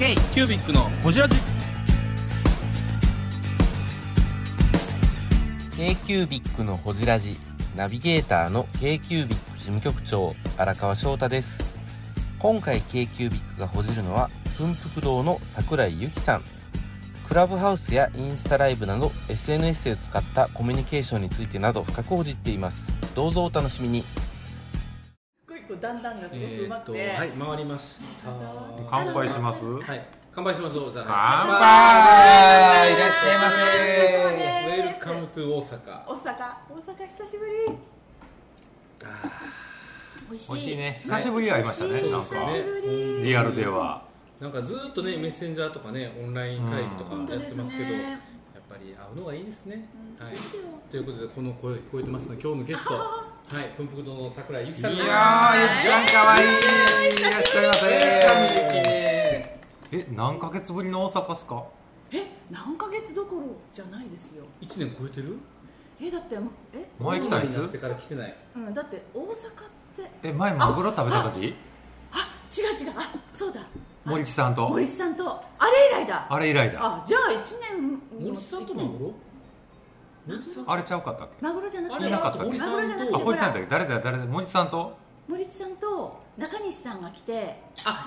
K キュービックのホジラジ k キュービックのホジラジナビゲーターの k キュービック事務局長荒川翔太です。今回 k キュービックがほじるのは奮腹堂の桜井由紀さん。クラブハウスやインスタライブなど SNS を使ったコミュニケーションについてなど深くほじっています。どうぞお楽しみに。 だんだんがすごくうまくて、 はい、回りました。 乾杯します。 はい、乾杯しましょう。じゃ乾あ、 杯。いらっしゃいませ。 ウェルカムトゥ大阪。 大阪久しぶり。美味しいね。久しぶり会いましたね。なんかリアルでは。 なんかずっとねメッセンジャーとかねオンライン会議とかやってますけど、やっぱり会うのがいいですね。はい。ということでこの声が聞こえてますので今日のゲスト。はい、奮腹堂の桜井由紀さんです。 いやー、ゆきちゃんかわいい。いらっしゃいませ。何ヶ月ぶりの大阪っすか？ 何ヶ月どころじゃないですよ。 1年超えてる？ だって前来たいつ？ なってから来てない。 だって大阪って。 前マグロ食べた時？ 違う。そうだ。 森地さんと。 あれ以来だ。じゃあ1年。 森地さんとマグロ？ あれちゃうかったっけ？ マグロじゃなくて。 なかったっけ？ マグロじゃなくて。 堀さんだっけ？誰だ？森地さんと中西さんが来て。 いた。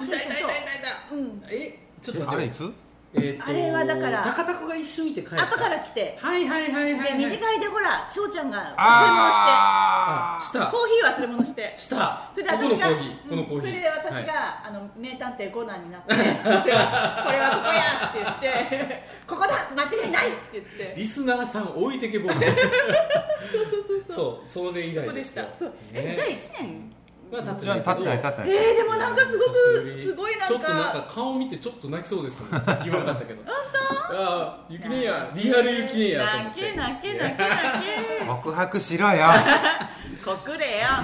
ちょっと待って。 あれいつ？ あれはだから高田子が一緒にいて帰った。 後から来て。 はい。 で二次会でほら翔ちゃんが忘れ物して。 コーヒー忘れ物して。 した。 それで私がこのコーヒー。 それで私が名探偵コナンになってこれはここやって言ってここだ間違いないって言って。 リスナーさん置いてけぼり。そう。それ以来ですよ。 そうでした。じゃあ1年。 経ってない。 でもなんかすごいなんかちょっとなんか顔見てちょっと泣きそうですもん。さっき言わなかったけど。本当？ゆきねやリアルゆきねやと思って。 泣け。 告白しろよ。 告れよ。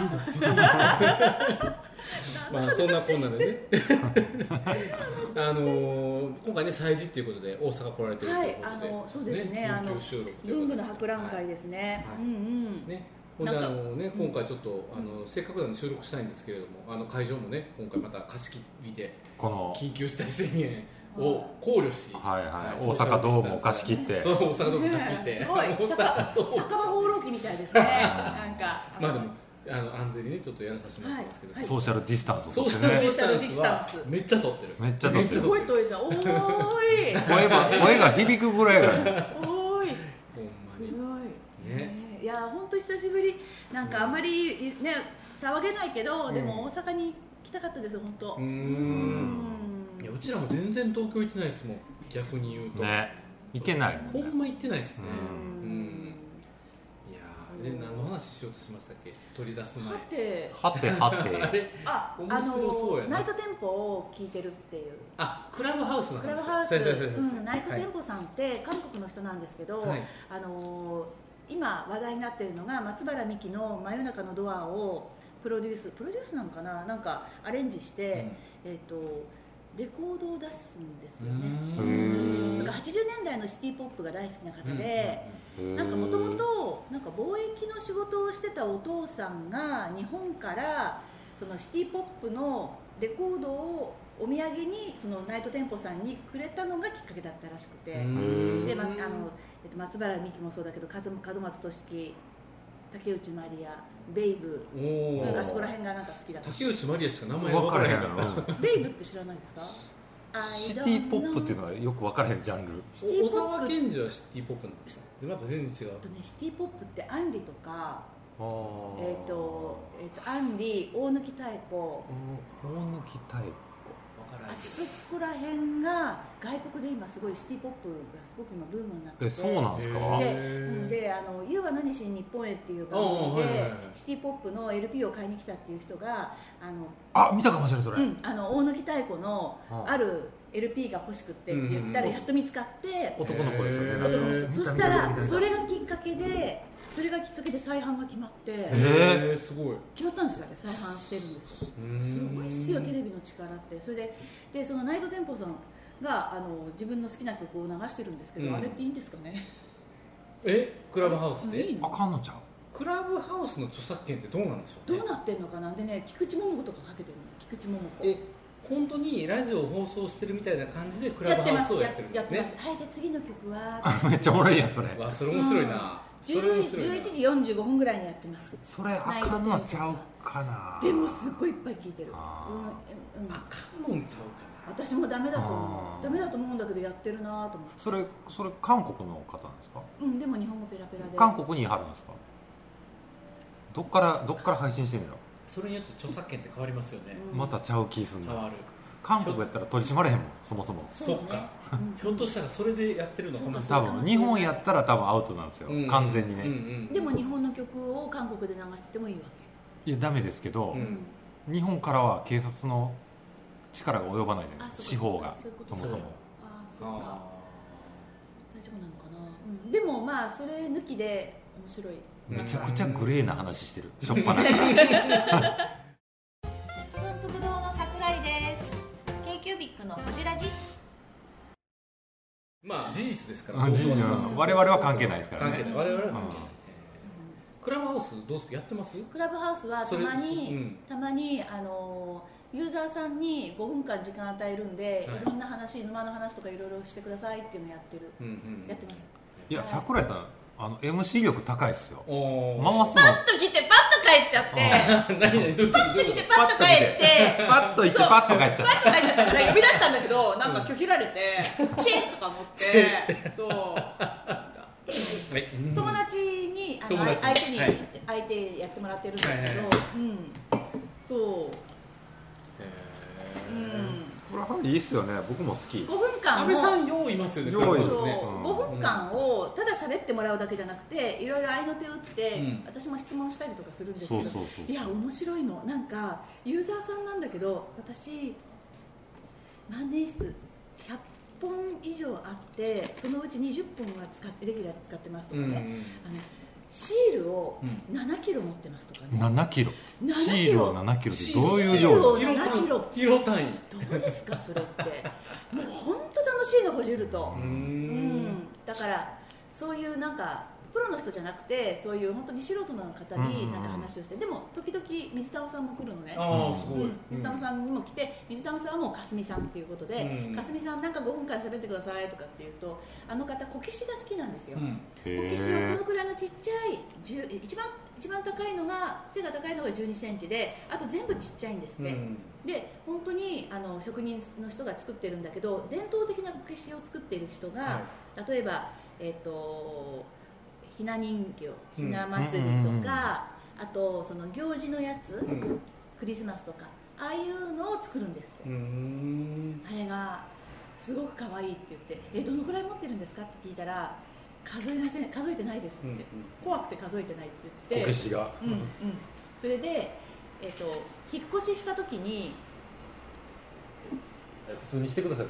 まあそんなこんなでね。今回ね祭事っていうことで大阪来られてるということで。 そうですね。文具の博覧会ですね。 ね。今回ちょっとせっかくなので収録したいんですけれども会場もね今回また貸し切りでこの緊急事態宣言を考慮し、 大阪ドームを貸し切って大阪ドーム貸し切ってすごい酒場放浪記みたいですね。なんかまあでも安全にねちょっっとやらさせてもらってますけど、 ソーシャルディスタンスソーシャルディスタンスめっちゃ取ってる。 すごい遠いじゃん。おーい声が響くぐらいがおーいほんまにすごいね。いや本当久しぶり。なんかあんまりね騒げないけど、でも大阪に来たかったです本当。 いやうちらも全然東京行ってないですもん。逆に言うとね行けない。 ほんま行ってないですね。いや何の話しようとしましたっけ？取り出す前。 はて面白そうやな。 ナイトテンポを聞いてるっていう。 クラブハウスの話。 クラブハウス。ナイトテンポさんって韓国の人なんですけど、今話題になっているのが松原美樹の真夜中のドアをプロデュースなのかな、なんかアレンジして、レコードを出すんですよね。それから80年代のシティポップが大好きな方で、なんかもともと貿易の仕事をしてたお父さんが日本からそのシティポップのレコードをお土産にそのナイトテンポさんにくれたのがきっかけだったらしくて、で松原美樹もそうだけど門松俊樹、竹内まりや、ベイブ、なんかそこら辺がなんか好きだった。 竹内まりやしか名前分からへんやろ。 ベイブって知らないですか？ シティポップっていうのはよく分からへんジャンル。 小沢健二はシティポップなんですか？でまた全然違う。 シティポップってアンリとか、アンリ、大貫妙子、あそこら辺が外国で今すごいシティポップがすごく今ブームになってて。 そうなんですか？ で「Youは何しに日本へ」っていう番組でシティポップの LP を買いに来たっていう人が見たかもしれないそれ。 大貫妙子のある LP が欲しくって言ったらやっと見つかって、 男の子ですよね。 そしたらそれがきっかけで再販が決まって、 すごい決まったんですよ。再販してるんですよ。すごいっすよテレビの力って。それでそのナイトテンポさんが自分の好きな曲を流してるんですけど、あれっていいんですかね？ クラブハウスであかんのちゃう？ クラブハウスの著作権ってどうなんでしょうね。 どうなってんのかな。でね、菊池桃子とかかけてるの。菊池桃子本当にラジオを放送してるみたいな感じでクラブハウスをやってるんですね。 やってます。はい、じゃあ次の曲はめっちゃおもろいやんそれ。 わ、それ面白いな。 11時45分ぐらいにやってます。 それあかんのちゃうかな。 でもすっごいいっぱい聞いてる。 あかんのんちゃうかな。 私もダメだと思う。ダメだと思うんだけどやってるなと思って。 それ韓国の方なんですか？ うん、でも日本語ペラペラで。 韓国にいはるんですか？どっから配信してんの？ それによって著作権って変わりますよね。 またちゃう気すんな。 変わる。 韓国やったら取り締まれへんもん、そもそも。 そっか、ひょっとしたらそれでやってるのかもしれない。 多分日本やったら多分アウトなんですよ、完全にね、 でも日本の曲を韓国で流しててもいいわけ？いやダメですけど、日本からは警察の力が及ばないじゃないですか、司法がそもそも。 ああ、そうか、大丈夫なのかな。でもまあそれ抜きで面白い。 めちゃくちゃグレーな話してる、しょっぱなまあ事実ですから。 我々は関係ないですからね。 関係ない。我々は関係ない。クラブハウスどうですか？やってます？ クラブハウスはたまにユーザーさんに5分間時間与えるんで、いろんな話、沼の話とかいろいろしてくださいっていうのをやってます。 いや、桜井さんMC 力高いっすよ。回すのパッと来てパッと帰っちゃって、パッと来てパッと帰ってパッと行ってパッと帰っちゃった。 パッと帰っちゃったから呼び出したんだけど、なんか拒否られてチェンとか思って、そう友達に相手やってもらってるんですけど、そうこれはいいっすよね。僕も好き。 5分間安倍さんよういますよね。 よういますね。5分間をただ喋ってもらうだけじゃなくて、いろいろ合いの手を打って、私も質問したりとかするんですけど、いや面白いの。なんかユーザーさんなんだけど、私万年筆100本以上あって、そのうち20本はレギュラーで使ってますとかね、シールを7キロ持ってますとかね。 7キロシールを7キロってどういう量？ キロ単位。 どうですかそれって。もう本当楽しいの、ほじると。だからそういうなんかプロの人じゃなくて、そういう本当に素人の方になんか話をして、でも時々水玉さんも来るのね。 すごい。 水玉さんにも来て、水玉さんはもうかすみさんっていうことで、かすみさんなんか5分間喋ってくださいとかっていうと、あの方こけしが好きなんですよ。こけしをこのくらいのちっちゃい一番高いのが、背が高いのが12センチで、あと全部ちっちゃいんですって。で本当に職人の人が作ってるんだけど、伝統的なこけしを作っている人が、例えばひな人形、ひな祭りとか、あとその行事のやつ、クリスマスとかああいうのを作るんですって。あれがすごく可愛いって言って、どのくらい持ってるんですかって聞いたら、数えません、数えてないですって、怖くて数えてないって言って、 こけしが、 それで、引っ越しした時に、 普通にしてください。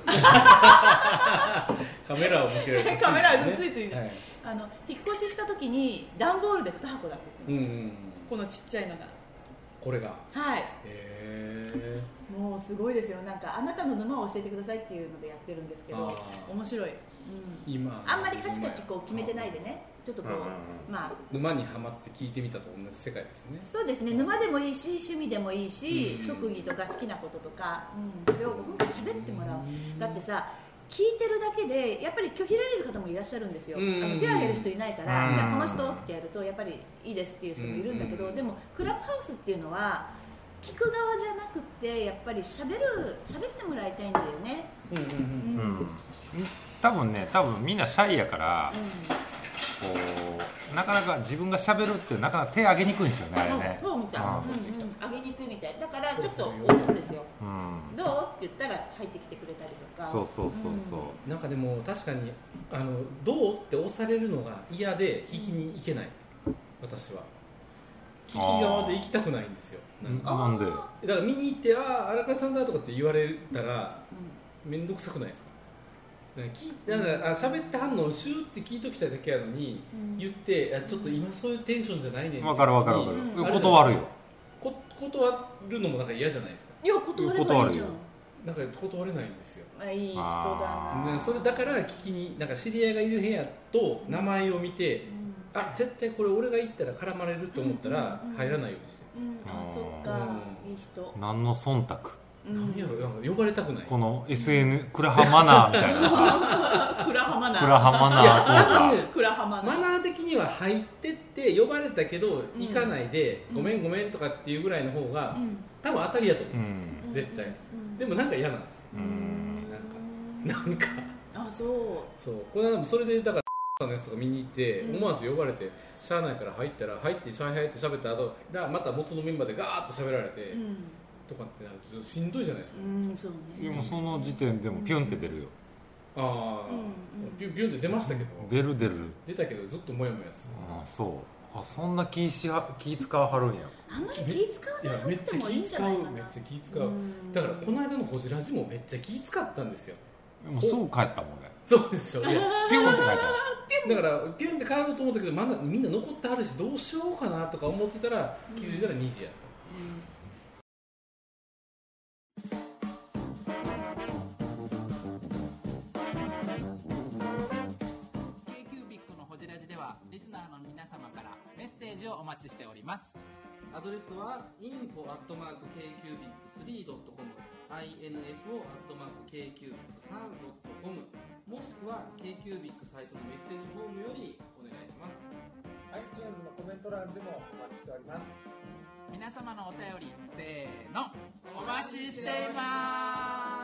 カメラを向けられて、 カメラをついつい、引っ越しした時に段ボールで2箱だって言ってました、このちっちゃいのが。 これが、 はい、もうすごいですよ。なんかあなたの沼を教えてくださいっていうのでやってるんですけど、面白い。あんまりカチカチこう決めてないでね、ちょっとこう、まあ沼にはまって聞いてみたと同じ世界ですよね。 そうですね。沼でもいいし、趣味でもいいし、特技とか好きなこととか、それを5分間喋ってもらう。だってさ、聞いてるだけでやっぱり拒否られる方もいらっしゃるんですよ。手を挙げる人いないから、じゃあこの人ってやるとやっぱりいいですっていう人もいるんだけど、でもクラブハウスっていうのは聞く側じゃなくて、やっぱり喋ってもらいたいんだよね。 多分みんなシャイやから、こうなかなか自分が喋るってなかなか手挙げにくいんですよね、あれね。 そうみたい。上げにくいみたい。だからちょっと押すんですよ。どうって言ったら入ってきてくれたりとか。 そうなんかでも確かにどうって押されるのが嫌で聞きに行けない。私は聞き側で行きたくないんですよ。 なんで？だから見に行って荒川さんだとかって言われたら面倒くさくないですか？なんか喋ってはんのをシューって聞いときたいだけやのに、言ってちょっと今そういうテンションじゃないねん。 分かる断るよ。 断るのもなんか嫌じゃないですか。 いや、断ればいいじゃん。 なんか断れないんですよ。 いい人だな。 それだから聞きに、なんか知り合いがいる部屋と名前を見て、絶対これ俺が行ったら絡まれると思ったら入らないようにしてる。 そっか、いい人。 何の忖度？ 何やろ、なんか呼ばれたくない。 この SN クラハマナーみたいなクラハマナークラハマナー講座クラハマナーマナー的には入ってって呼ばれたけど行かないで、ごめんごめんとかっていうぐらいの方が、多分当たりやと思うんですよ、絶対、でもなんか嫌なんですよ、なんかあ、そうこれはそれでだからさんのやつとか見に行って、思わず呼ばれてしゃあないから入ってシャイハイって喋った後また元のメンバーでガーッと喋られて、とかってなるとちょっとしんどいじゃないですか。 そうね。 でもその時点でもピュンって出るよ。 ああ、ピュンって出ましたけど。出たけどずっとモヤモヤする。 ああ、そう。あ、そんな気使わはるんや。 あんまり気使わない方もいいんじゃないかな。 めっちゃ気使う。だからこの間のホジラジもめっちゃ気使ったんですよ。 もうすぐ帰ったもんね。 そうでしょ。いやピュンって帰った。 だからピュンって帰ろうと思ったけど、まだみんな残ってあるしどうしようかなとか思ってたら、気づいたら2時やった。 リスナーの皆様からメッセージをお待ちしております。 アドレスは info@kcubic3.com info@kcubic3.com もしくは KQBIC サイトのメッセージフォームよりお願いします。 iTunes のコメント欄でもお待ちしております。 皆様のお便りせーのお待ちしています。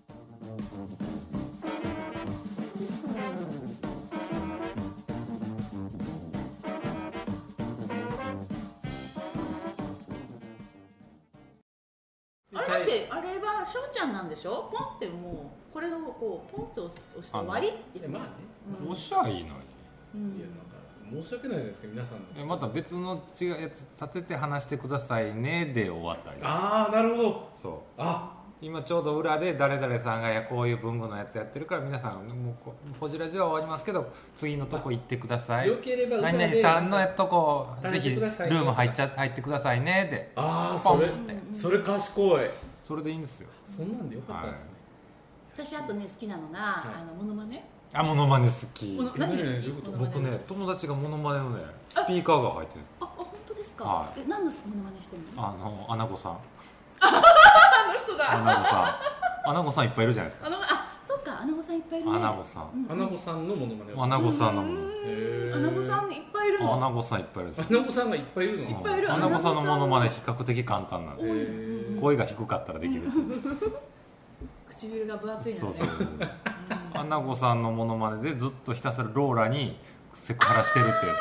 あれだってあれは翔ちゃんなんでしょ。ポンってもうこれをこうポンって押して終わりってまあね、 おっしゃいいのに、 いやなんか申し訳ないじゃないですか皆さんの。 また別の違うやつ立てて話してくださいねで終わったり。 ああ、なるほど。 そう今ちょうど裏で誰々さんがこういう文具のやつやってるから、皆さんもうポジラジは終わりますけど次のとこ行ってください。 よければ裏で何々さんのとこぜひルくださいーム入ってくださいねで。 ああ、 ポンってそれ賢い。 それでいいんですよ。 そんなんでよかったですね。 私あとね好きなのがモノマネ。 モノマネ好き。 何が好き？ 僕ね、友達がモノマネのねスピーカーが入ってるんです。 あ、本当ですか。何のモノマネしてるの？ アナゴさん。 あの人だ。 アナゴさんいっぱいいるじゃないですか。 そっか、アナゴさんいっぱいいるね。 アナゴさんのモノマネ。 アナゴさんのもの。 アナゴさんいっぱいいるの。 アナゴさんいっぱいいる。 アナゴさんがいっぱいいるの。 いっぱいいる。 アナゴさんのモノマネ比較的簡単なんで。声が低かったらできる。 唇が分厚いのね。 そう。アナゴさんのモノマネでずっとひたすらローラにセクハラしてるってや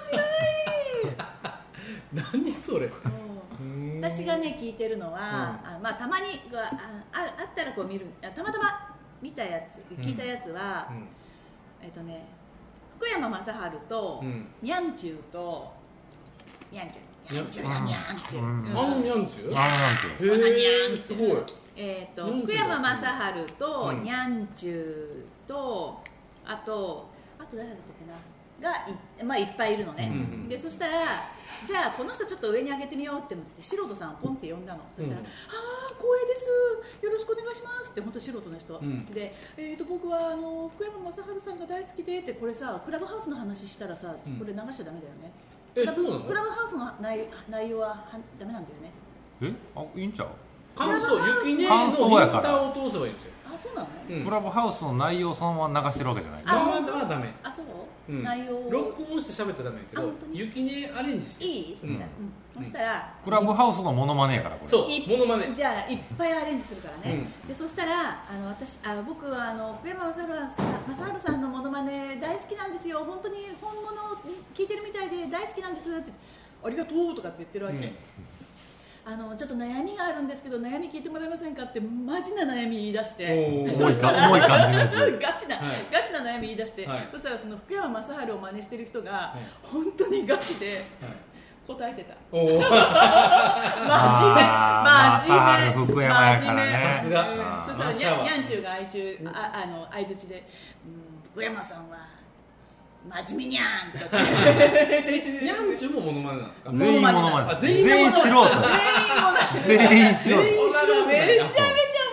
つ。 面白い。何それ。 私がね聞いてるのは、まあたまにあったらこう見る、たまたま見たやつ聞いたやつは、福山雅治とニャンチューとニャンチューニャンチューニャンっていう。 ニャンチュー？ ニャンすごい。 福山雅治とニャンチューとあと誰だったっけながいっぱいいるのね。でそしたらじゃあこの人ちょっと上に上げてみようって思って素人さんをポンって呼んだの。そしたら光栄です、よろしくお願いしますって本当素人の人、で僕は福山雅治さんが大好きでって。これさクラブハウスの話したらさこれ流しちゃダメだよね。クラブハウスの内容はダメなんだよね。 いいんちゃう？ 感想やからインターを通せばいいんですよ。 あ、そうなの？ クラブハウスの内容そのまま流してるわけじゃない。 ままはダメ。 あ、そう？内容を録音して喋っちゃダメやけど、ゆきねアレンジして。 いい？そしたらクラブハウスのモノマネやからこれ。 そう、モノマネ。 じゃあいっぱいアレンジするからね。でそしたら僕は福山雅治さんのモノマネ大好きなんですよ。本当に本物を聞いてるみたいで大好きなんですって。ありがとうとかって言ってるわけ。ちょっと悩みがあるんですけど悩み聞いてもらえませんかってマジな悩み言い出して重い感じのやつガチな悩み言い出して、そしたらその福山雅治を真似してる人が本当にガチで答えてた。真面目福山やからね。 さすが。 そしたらニャンチューが相づちで福山さんは真面目にゃんとかってニャンチュもモノマネなんですか？ 全員モノマネ。 全員素人。 全員素人。 めちゃめちゃ面白いの。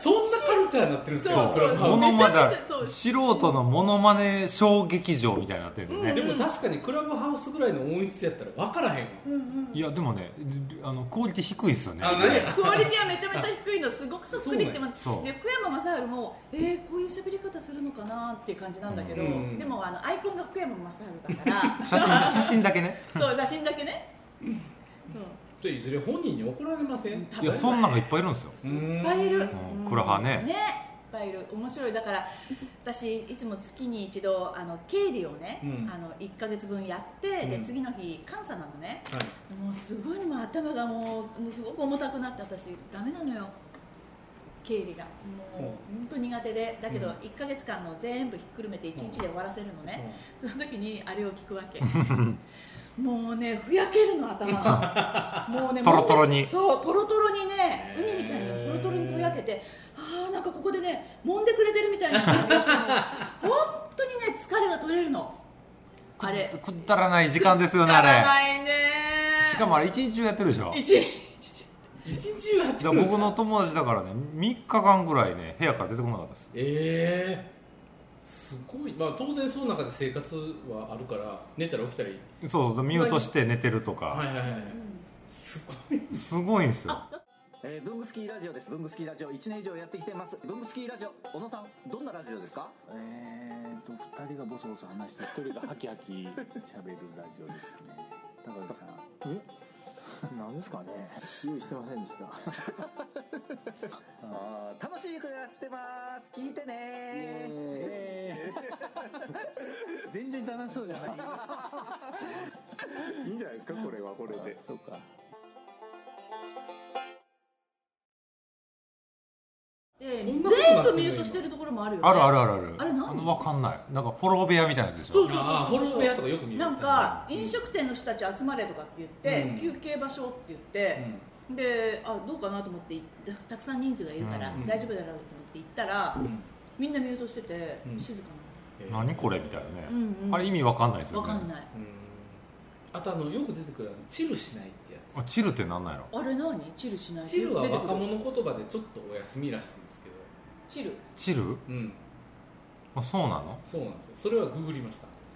そんなカルチャーになってるんですよ。 モノマネ素人のモノマネ小劇場みたいになってるんですよね、 でも確かにクラブハウスぐらいの音質やったら分からへんわ、 いやでもねクオリティ低いですよね。 クオリティはめちゃめちゃ低いの、すごくそっくりってで福山雅治もこういう喋り方するのかなっていう感じなんだけど、でもアイコンが福山雅治だから写真だけねそう写真だけね、 いずれ本人に怒られません？ いやそんなのがいっぱいいるんですよ。 いっぱいいる。 クラハね。 ね、いっぱいいる。面白い。だから私いつも月に一度経理をね、1ヶ月分やって、で次の日監査なのね。もうすごいもう頭がもうすごく重たくなって、私ダメなのよ。経理がもう本当苦手で、だけど1ヶ月間の全部ひっくるめて1日で終わらせるのね。その時にあれを聞くわけ。もうねふやけるの頭がもうねトロトロに、 そうトロトロにね、海みたいにトロトロにふやけて、なんかここでね揉んでくれてるみたいな感じがするの。本当にね疲れが取れるの。あれくだらない時間ですよね、あれ。 くだらないね。 しかもあれ1日中やってるでしょ。 一日やってる。 僕の友達だからね3日間ぐらいね部屋から出てこなかったです。 すごい、当然その中で生活はあるから寝たら起きたり、 そうミュートして寝てるとか、 すごいんですよ。 ブングスキーラジオです。ブングスキーラジオ1年以上やってきてます。ブングスキーラジオ、小野さんどんなラジオですか ？2人がボソボソ話して1人がハキハキ喋るラジオですね。高橋さん何ですかね、用意してませんでした楽しくやってます、聞いてね全然楽しそうじゃないいいんじゃないですか、これはこれで。 そうか。 全部ミュートしてるところもあるよね。 ある。 あれ何？ 分かんない。なんかフォロー部屋みたいなやつでしょ。 そうフォロー部屋とかよく見る。 なんか飲食店の人たち集まれとかって言って、休憩場所って言って、でどうかなと思ってたくさん人数がいるから大丈夫だろうと思って行ったら、みんなミュートしてて静かな。何これみたいなね。あれ意味分かんないですよね。 分かんない。 あとよく出てくるチルしないってやつ。 チルって何なんやろ。 あれ何？チルしない。 チルは若者言葉でちょっとお休みらしいんですけど。 チル？そうなの？ そうなんですよ。それはググりました。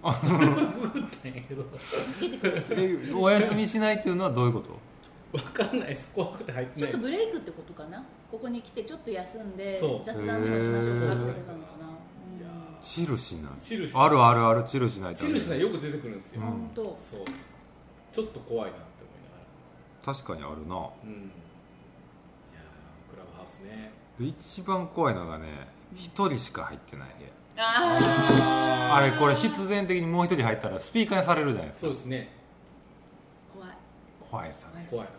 それはググったんやけど。 出てくる。 お休みしないっていうのはどういうこと？ 分かんないです。怖くて入ってない。 ちょっとブレイクってことかな。ここに来てちょっと休んで雑談でもしましょうかってことなのかな。 チルしない。あるチルしない。 チルしないよく出てくるんですよ。 本当。 そう。ちょっと怖いなって思いながら。 確かにあるな。 いやクラブハウスね。 一番怖いのがね、一人しか入ってない部屋。 あれこれ必然的にもう一人入ったらスピーカーにされるじゃないですか。 そうですね。 怖いですよね。 怖い。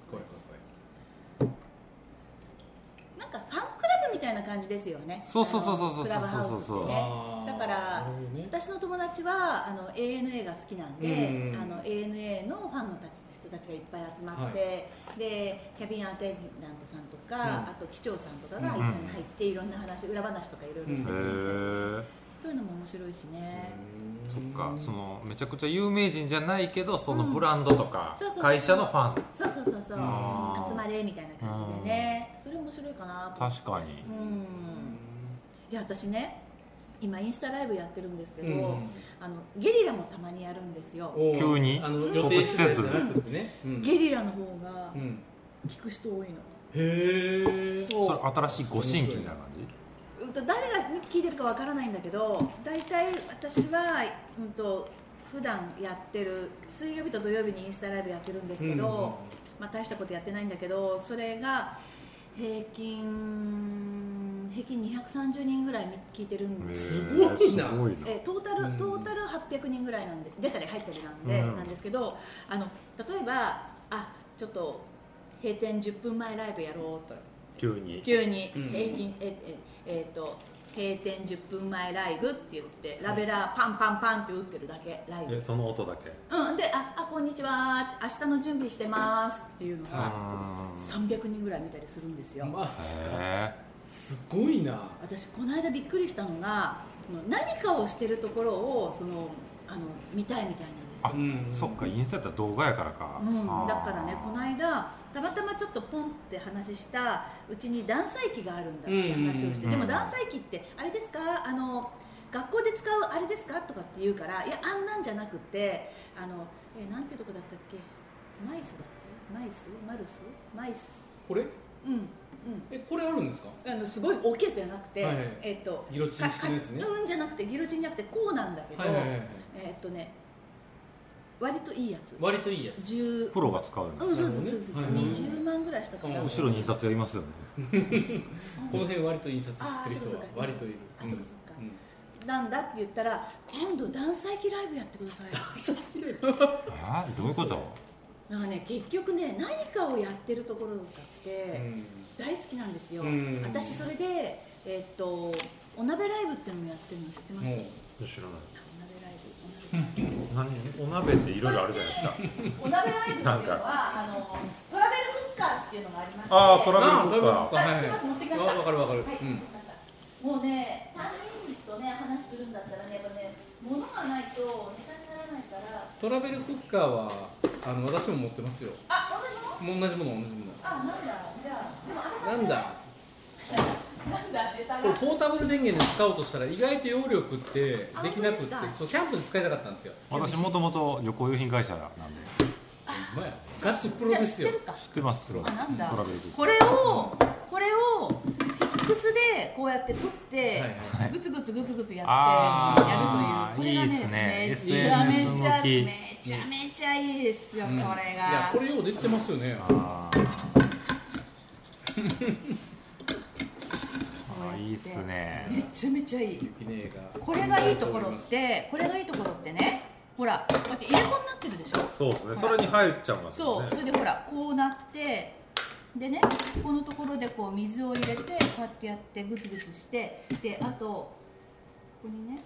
なんかファンクラブみたいな感じですよね。 そうクラブハウスってね。だから私の友達はANA が好きなんで、ANA のファンの人たちがいっぱい集まって、でキャビンアテンダントさんとか、あと機長さんとかが一緒に入っていろんな話、裏話とかいろいろしてる。そういうのも面白いしね。 そっか、めちゃくちゃ有名人じゃないけどそのブランドとか会社のファン、 そう集まれみたいな感じでね、それ面白いかなと思って。 確かに。 いや私ね今インスタライブやってるんですけど、ゲリラもたまにやるんですよ。 急に予定してたじゃなくてね。 ゲリラの方が聞く人多いの。 へえ。それ新しいご新規みたいな感じ？ 誰が聞いてるかわからないんだけど、大体私は普段やってる水曜日と土曜日にインスタライブやってるんですけど、大したことやってないんだけど、それが平均230人ぐらい聞いてるんです。 すごいな。 トータル800人ぐらいなんで、出たり入ったりなんですけど、例えばちょっと閉店10分前ライブやろうと急に平均閉店10分前ライブって言ってラベラーパンパンパンって打ってるだけライブ。 その音だけ。 でこんにちは、明日の準備してますっていうのが300人ぐらい見たりするんですよ。 すごいな。 私この間びっくりしたのが、何かをしてるところを見たいみたいなんですよ。 そっか、インスタやったら動画やからか。 だからね、この間たまたまちょっとポンって話したうちに断裁機があるんだって話をして、でも断裁機ってあれですか、学校で使うあれですかとかって言うから、いやあんなんじゃなくてなんていうとこだったっけ、マイスだっけ、マイスマルスマイス、 これこれあるんですか？ すごい大きいやつじゃなくて、 ギロチン式ですね。 カットンじゃなくてギロチンじゃなくてこうなんだけど、割といいやつ。 割といいやつ。 プロが使うの。 そう20万ぐらいしたかな。 後ろに印刷やりますよね。 この辺割と印刷してる人は割といる。 あ、そうかそうか。なんだって言ったら、今度断裁機ライブやってください。断裁機ライブ。 どういうこと？ なんかね、結局ね、何かをやってるところとかって大好きなんですよ。私それでお鍋ライブっていうのもやってるの知ってます？ 知らない。 お鍋ライブ。 お鍋っていろいろあるじゃないですか。 お鍋ライブっていうのはトラベルクッカーっていうのがありまして。 トラベルクッカー。 知ってます。持ってきました。 わかる。はい、 もうね、3人とね話するんだったらね、やっぱね、物がないとネタにならないから。 トラベルクッカーは私も持ってますよ。同じもの。 なんだ。じゃあなんだ。これポータブル電源で使おうとしたら意外と容量ってできなくって、そうキャンプで使いたかったんですよ。 私もともと旅行用品会社なんで。 ガチプロですよ。 知ってます。 なんだ。 トラベルクッカー。 これをフィックスでこうやって取ってグツグツやってやるという、これがねめちゃめちゃいいですよ、これが。いや、 これようできてますよね。 いいっすね。 めちゃめちゃいい。これがいいところってね、ほらこうやって入れ子になってるでしょ。 そうですね。それに入っちゃいますね。 そう、それでほらこうなってでね、このところでこう水を入れてこうやってやってグツグツして、であとここにね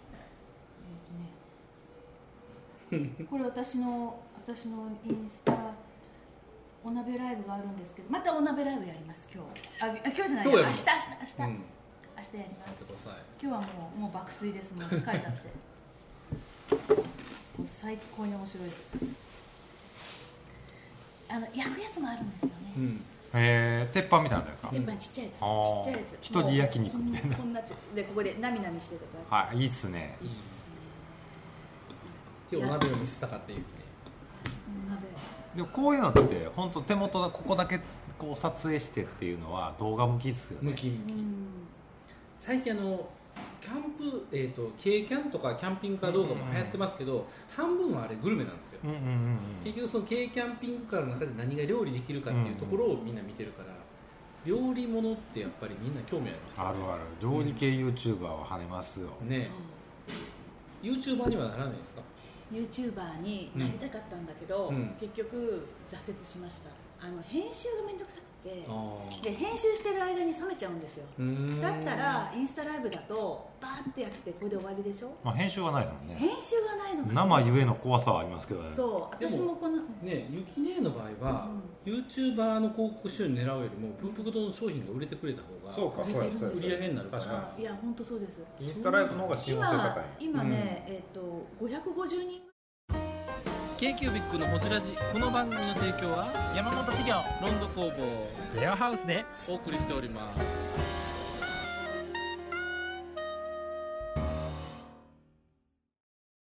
これ私のインスタお鍋ライブがあるんですけど、またお鍋ライブやります今日。今日じゃない、明日やります。今日はもう爆睡です。もう疲れちゃってもう最高に面白いです。焼くやつもあるんですよね。 鉄板みたいなんですか？ 鉄板ちっちゃいやつ。 一人焼肉みたいな。 こんなでここでなみなみしてるとか。いいっすね。 お鍋を見せたかったいうね。 でもこういうのって本当手元がここだけこう撮影してっていうのは動画向きですよね。 最近キャンプ軽キャンとかキャンピングカー動画も流行ってますけど、半分はあれグルメなんですよ。結局その軽キャンピングカーの中で何が料理できるかっていうところをみんな見てるから、料理ものってやっぱりみんな興味ありますよね。 ある。料理系 YouTuber は跳ねますよね。YouTuber にはならないですか ？YouTuber になりたかったんだけど、結局挫折しました。編集がめんどくさくて、で編集してる間に冷めちゃうんですよ。だったらインスタライブだとバーってやってこれで終わりでしょ。 編集がないですもんね。 編集がないのが生ゆえの怖さはありますけどね。 そう、私もこのね、ゆきねえの場合は、YouTuber の広告収入狙うよりもプンプク堂の商品が売れてくれた方が売り上げになるから。 いや本当そうです。 インスタライブの方が信用性高い。 今ね、550人。 K-Cubic のホジラジ、この番組の提供は山本資源ロンド工房レアハウスでお送りしております。